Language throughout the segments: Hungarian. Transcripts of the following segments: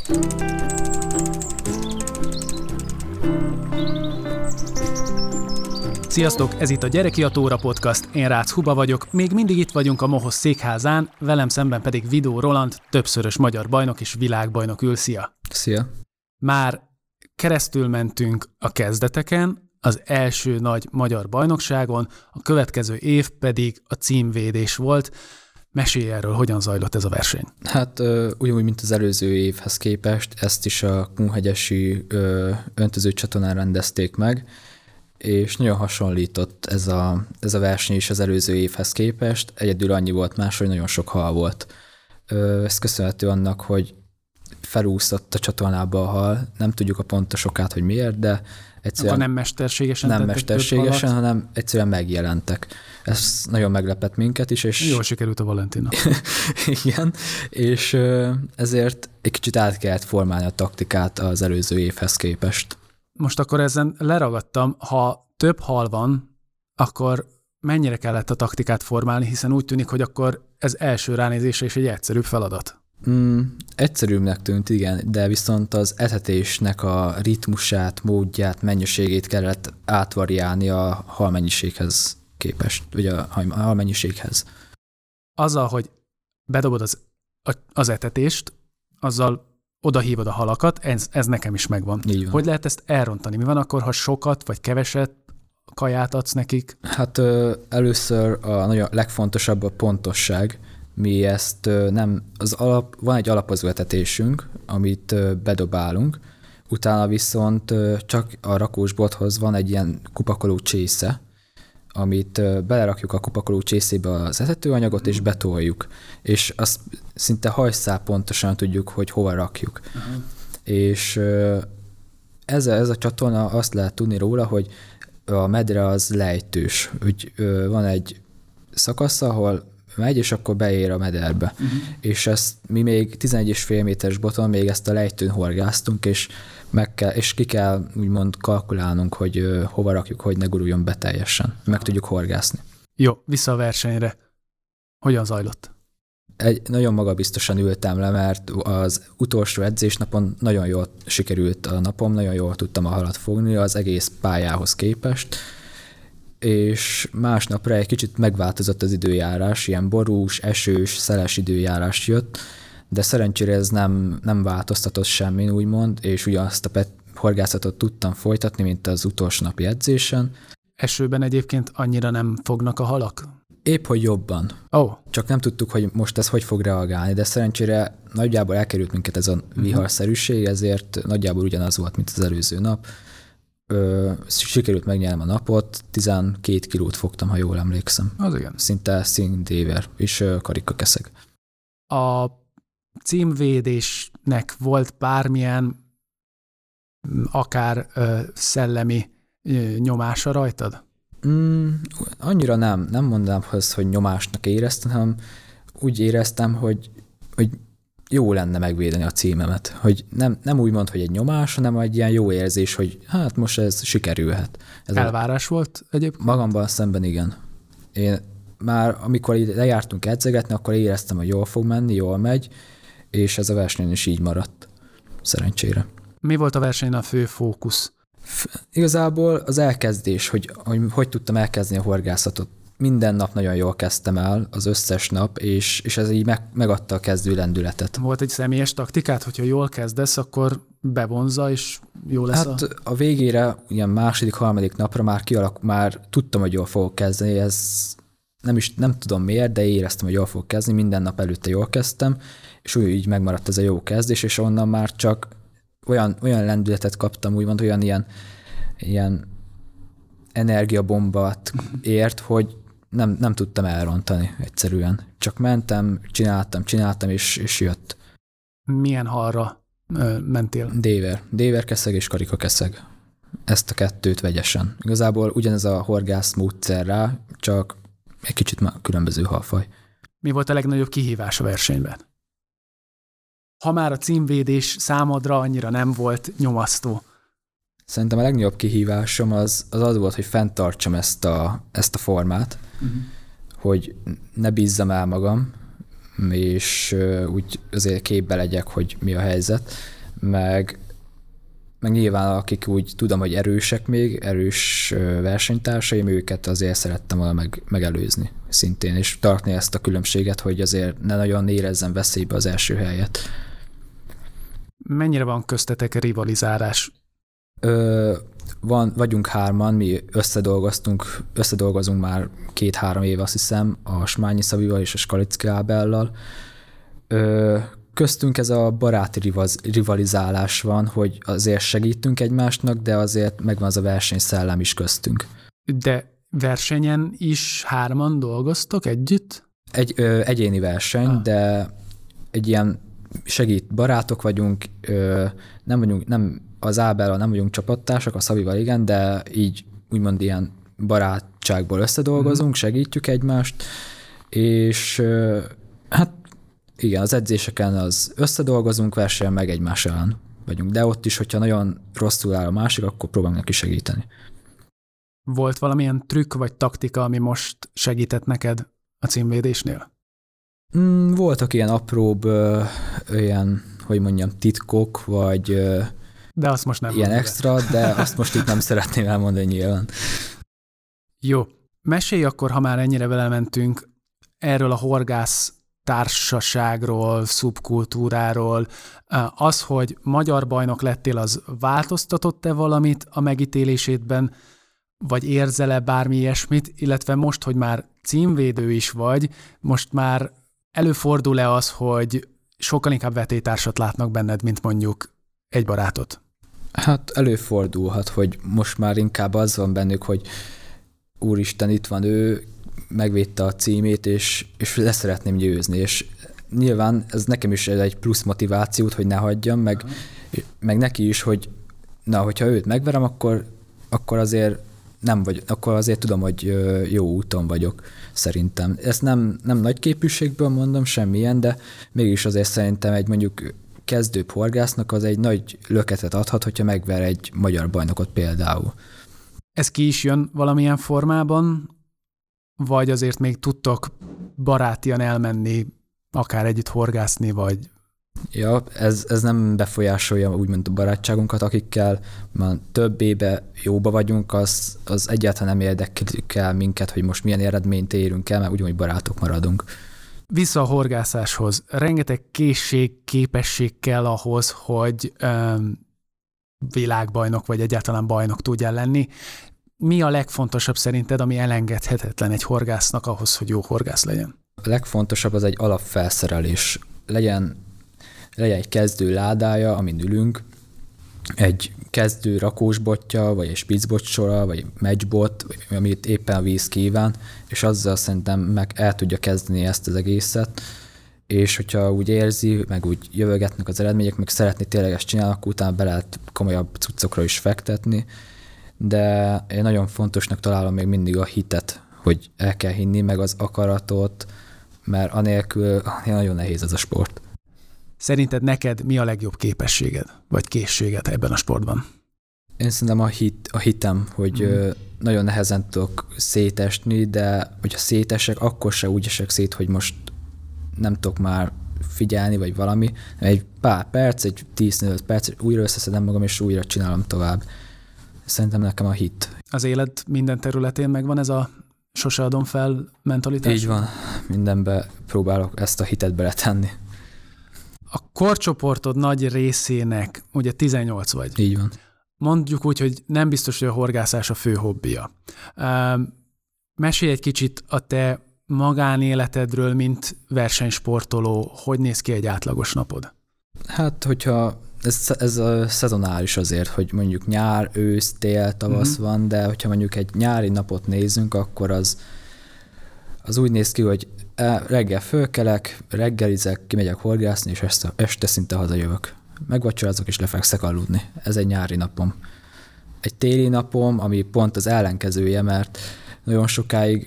Sziasztok, ez itt a Gyereki a Tóra Podcast, én Rácz Huba vagyok, még mindig itt vagyunk a Mohosz székházán, velem szemben pedig Vidó Roland, többszörös magyar bajnok és világbajnok ül. Szia! Szia! Már keresztül mentünk a kezdeteken, az első nagy magyar bajnokságon, a következő év pedig a címvédés volt. Mesélj erről, hogyan zajlott ez a verseny? Hát ugyanúgy, mint az előző évhez képest, ezt is a Kunhegyesi öntözőcsatornán rendezték meg, és nagyon hasonlított ez a verseny is az előző évhez képest, egyedül annyi volt más, hogy nagyon sok hal volt. Ez köszönhető annak, hogy felúszott a csatornába a hal, nem tudjuk a pontos okát, hogy miért, de egyszerűen nem mesterségesen, hanem egyszerűen megjelentek. Ez nagyon meglepett minket is. És jól sikerült a Valentina. Igen, és ezért egy kicsit át kellett formálni a taktikát az előző évhez képest. Most akkor ezen leragadtam, ha több hal van, akkor mennyire kellett a taktikát formálni, hiszen úgy tűnik, hogy akkor ez első ránézésre is egy egyszerűbb feladat. Egyszerűbbnek tűnt, igen, de viszont az etetésnek a ritmusát, módját, mennyiségét kellett átvariálni a halmennyiséghez képest, vagy a halmennyiséghez. Azzal, hogy bedobod az etetést, azzal odahívod a halakat, ez nekem is megvan. Hogy lehet ezt elrontani? Mi van akkor, ha sokat vagy keveset kaját adsz nekik? Hát először a legfontosabb a pontosság. Mi ezt van egy alapozó etetésünk, amit bedobálunk, utána viszont csak a rakós bothoz van egy ilyen kupakoló csésze, amit belerakjuk a kupakoló csészébe az etetőanyagot, és betoljuk. És azt szinte hajszál pontosan tudjuk, hogy hova rakjuk. Uh-huh. És ez a csatorna, azt lehet tudni róla, hogy a medre az lejtős. Úgy, van egy szakasz, ahol megy, és akkor beér a mederbe. Uh-huh. És ezt mi még 11,5 méteres boton még ezt a lejtőn horgáztunk, és ki kell úgymond kalkulálnunk, hogy hova rakjuk, hogy ne guruljon be teljesen. Meg tudjuk horgászni. Jó, vissza a versenyre. Hogyan zajlott? Nagyon magabiztosan ültem le, mert az utolsó edzésnapon nagyon jól sikerült a napom, nagyon jól tudtam a halat fogni az egész pályához képest, és másnapra egy kicsit megváltozott az időjárás, ilyen borús, esős, szeles időjárás jött, de szerencsére ez nem változtatott semmin, úgymond, és ugyanazt a horgászatot tudtam folytatni, mint az utolsó napi edzésen. Esőben egyébként annyira nem fognak a halak? Épp, hogy jobban. Oh. Csak nem tudtuk, hogy most ez hogy fog reagálni, de szerencsére nagyjából elkerült minket ez a viharszerűség, ezért nagyjából ugyanaz volt, mint az előző nap. Sikerült megnyernem a napot, 12 kilót fogtam, ha jól emlékszem. Az igen. Szinte színdéver és karikakeszeg. A címvédésnek volt bármilyen akár szellemi nyomása rajtad? Annyira nem mondanám, hogy nyomásnak éreztem, hanem úgy éreztem, hogy jó lenne megvédeni a címemet. Hogy nem úgy mond, hogy egy nyomás, hanem egy ilyen jó érzés, hogy hát most ez sikerülhet. Ez elvárás volt egyébként? Magamban szemben igen. Én már amikor lejártunk edzegetni, akkor éreztem, hogy jól fog menni, jól megy, és ez a versenyen is így maradt. Szerencsére. Mi volt a versenyen a fő fókusz? Igazából az elkezdés, hogy tudtam elkezdeni a horgászatot. Minden nap nagyon jól kezdtem el, az összes nap, és ez így megadta a kezdő lendületet. Volt egy személyes taktikát, hogyha jól kezdesz, akkor bevonza, és jó lesz a végére, ilyen második, harmadik napra már tudtam, hogy jól fogok kezdeni, ez nem tudom miért, de éreztem, hogy jól fogok kezdeni, minden nap előtte jól kezdtem, és úgy így megmaradt ez a jó kezdés, és onnan már csak olyan lendületet kaptam, úgymond olyan ilyen energiabombát ért, hogy nem tudtam elrontani egyszerűen. Csak mentem, csináltam, és jött. Milyen halra mentél? Déverkeszeg és karikakeszeg. Ezt a kettőt vegyesen. Igazából ugyanez a horgász módszer rá, csak egy kicsit már különböző halfaj. Mi volt a legnagyobb kihívás a versenyben? Ha már a címvédés számodra annyira nem volt nyomasztó. Szerintem a legnagyobb kihívásom az volt, hogy fenntartsam ezt a formát, hogy ne bízzam el magam, és úgy azért képbe legyek, hogy mi a helyzet, meg nyilván akik úgy tudom, hogy erősek még, erős versenytársaim, őket azért szerettem volna megelőzni szintén, és tartani ezt a különbséget, hogy azért ne nagyon érezzem veszélybe az első helyet. Mennyire van köztetek rivalizálás? Vagyunk 3-an, mi összedolgozunk már 2-3 év, azt hiszem, a Smányi Szabival és a Skalicki Ábellal. Köztünk ez a baráti rivalizálás van, hogy azért segítünk egymásnak, de azért megvan az a versenyszellem is köztünk. De versenyen is 3-an dolgoztok együtt? Egyéni verseny, de egy ilyen barátok vagyunk, nem az Ábellal nem vagyunk csapattársak, a Szabival igen, de így úgymond ilyen barátságból összedolgozunk, segítjük egymást, és hát igen, az edzéseken az összedolgozunk, versenyen meg egymás ellen vagyunk, de ott is, hogyha nagyon rosszul áll a másik, akkor próbálunk neki segíteni. Volt valamilyen trükk vagy taktika, ami most segített neked a címvédésnél? Voltak ilyen apróbb, ilyen, hogy mondjam, titkok, vagy de azt most nem ilyen extra, de azt most itt nem szeretném elmondani nyilván. Jó. Mesélj akkor, ha már ennyire belementünk, erről a horgász társaságról, szubkultúráról. Az, hogy magyar bajnok lettél, az változtatott-e valamit a megítélésétben, vagy érzel-e bármi ilyesmit, illetve most, hogy már címvédő is vagy, most már előfordul-e az, hogy sokkal inkább vetélytársat látnak benned, mint mondjuk egy barátot? Hát előfordulhat, hogy most már inkább az van bennük, hogy úristen, itt van ő, megvédte a címét, és le szeretném győzni, és nyilván ez nekem is egy plusz motivációt, hogy ne hagyjam, meg neki is, hogy hogyha őt megverem, akkor azért akkor azért tudom, hogy jó úton vagyok, szerintem. Ezt nem nagy képűségből mondom, semmilyen, de mégis azért szerintem egy mondjuk kezdőbb horgásznak az egy nagy löketet adhat, hogyha megver egy magyar bajnokot például. Ez ki is jön valamilyen formában, vagy azért még tudtok barátian elmenni, akár együtt horgászni, vagy... Ja, ez nem befolyásolja úgymond a barátságunkat, akikkel már több éve jóba vagyunk, az egyáltalán nem érdekel minket, hogy most milyen eredményt érünk el, mert ugyanúgy barátok maradunk. Vissza a horgászáshoz. Rengeteg készség, képesség kell ahhoz, hogy világbajnok, vagy egyáltalán bajnok tudjál lenni. Mi a legfontosabb szerinted, ami elengedhetetlen egy horgásznak ahhoz, hogy jó horgász legyen? A legfontosabb az egy alapfelszerelés. Legyen egy kezdő ládája, amin ülünk, egy kezdő rakósbotja, vagy egy spitzbotsora, vagy matchbot, amit éppen a víz kíván, és azzal szerintem meg el tudja kezdeni ezt az egészet, és hogyha úgy érzi, meg úgy jövögetnek az eredmények, meg szeretné tényleg ezt csinálni, akkor utána be lehet komolyabb cuccokra is fektetni, de én nagyon fontosnak találom még mindig a hitet, hogy el kell hinni, meg az akaratot, mert anélkül nagyon nehéz ez a sport. Szerinted neked mi a legjobb képességed, vagy készséged ebben a sportban? Én szerintem a hitem, hogy nagyon nehezen tudok szétesni, de hogyha szétesek, akkor se úgy esek szét, hogy most nem tudok már figyelni, vagy valami. Egy pár perc, egy 10-15 perc, újra összeszedem magam, és újra csinálom tovább. Szerintem nekem a hit. Az élet minden területén megvan ez a sose adom fel mentalitás? Így van. Mindenbe próbálok ezt a hitet beletenni. A korcsoportod nagy részének, ugye 18 vagy. Így van. Mondjuk úgy, hogy nem biztos, hogy a horgászás a fő hobbija. Mesélj egy kicsit a te magánéletedről, mint versenysportoló. Hogy néz ki egy átlagos napod? Hát, hogyha ez a szezonális azért, hogy mondjuk nyár, ősz, tél, tavasz van, de hogyha mondjuk egy nyári napot nézünk, akkor az úgy néz ki, hogy reggel fölkelek, reggelizek, kimegyek horgászni, és este szinte hazajövök. Megvacsorázok, és lefekszek aludni. Ez egy nyári napom. Egy téli napom, ami pont az ellenkezője, mert nagyon sokáig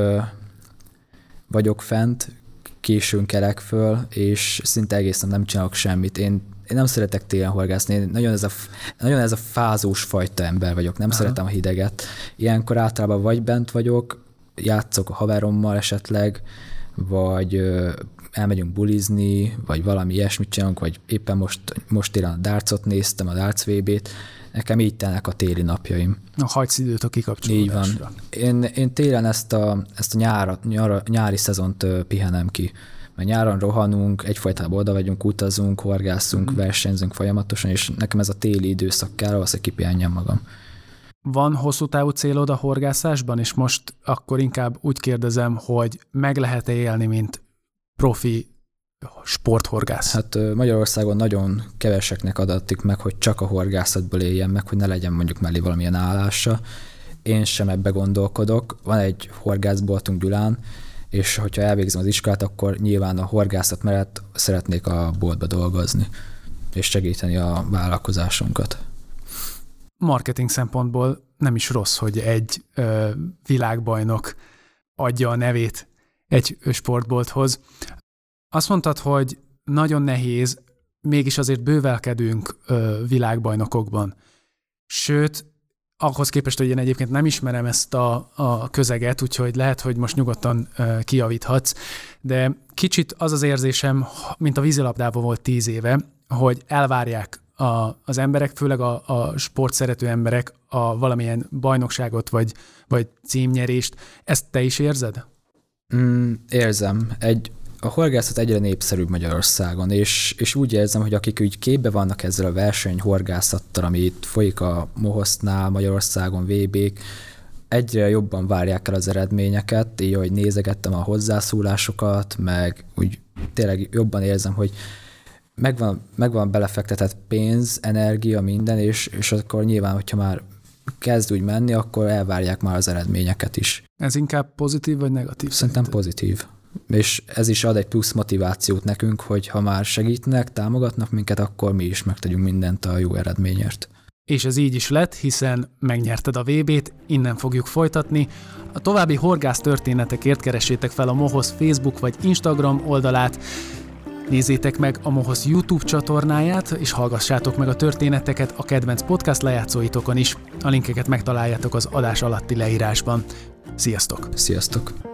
vagyok fent, későn kelek föl, és szinte egész nap nem csinálok semmit. Én nem szeretek télen horgászni, én nagyon ez a fázós fajta ember vagyok, nem szeretem a hideget. Ilyenkor általában vagy bent vagyok, játszok a haverommal esetleg, vagy elmegyünk bulizni, vagy valami ilyesmit csinálunk, vagy éppen most télen a dartsot néztem, a darts VB-t, nekem így telnek a téli napjaim. Hagysz időt a kikapcsolódásra. Így van. Én télen ezt a nyári szezont pihenem ki. Mert nyáron rohanunk, egyfajtában oda vagyunk, utazunk, horgászunk, versenyzünk folyamatosan, és nekem ez a téli időszak kell, ahhoz, hogy kipihenjem magam. Van hosszú távú célod a horgászásban, és most akkor inkább úgy kérdezem, hogy meg lehet-e élni, mint profi sporthorgász? Hát Magyarországon nagyon keveseknek adatik meg, hogy csak a horgászatból éljen meg, hogy ne legyen mondjuk mellé valamilyen állása. Én sem ebbe gondolkodok. Van egy horgászboltunk Gyulán, és hogyha elvégzem az iskolát, akkor nyilván a horgászat mellett szeretnék a boltba dolgozni, és segíteni a vállalkozásunkat. Marketing szempontból nem is rossz, hogy egy világbajnok adja a nevét egy sportbolthoz. Azt mondtad, hogy nagyon nehéz, mégis azért bővelkedünk világbajnokokban. Sőt, ahhoz képest, hogy én egyébként nem ismerem ezt a közeget, úgyhogy lehet, hogy most nyugodtan kijavíthatsz, de kicsit az érzésem, mint a vízilabdában volt 10 éve, hogy elvárják az emberek, főleg a sportszerető emberek a valamilyen bajnokságot vagy címnyerést. Ezt te is érzed? Érzem. A horgászat egyre népszerűbb Magyarországon, és úgy érzem, hogy akik úgy képbe vannak ezzel a versenyhorgászattal, ami itt folyik a Mohosznál, Magyarországon VB-k, egyre jobban várják el az eredményeket, így ahogy nézegettem a hozzászólásokat, meg úgy tényleg jobban érzem, hogy megvan belefektetett pénz, energia, minden, és akkor nyilván, hogyha már kezd úgy menni, akkor elvárják már az eredményeket is. Ez inkább pozitív vagy negatív? Szerintem pozitív. És ez is ad egy plusz motivációt nekünk, hogy ha már segítenek, támogatnak minket, akkor mi is megtegyünk mindent a jó eredményért. És ez így is lett, hiszen megnyerted a VB-t, innen fogjuk folytatni. A további horgász történetekért keressétek fel a Mohosz Facebook vagy Instagram oldalát, nézzétek meg a Mohosz YouTube csatornáját, és hallgassátok meg a történeteket a kedvenc podcast lejátszóitokon is. A linkeket megtaláljátok az adás alatti leírásban. Sziasztok! Sziasztok!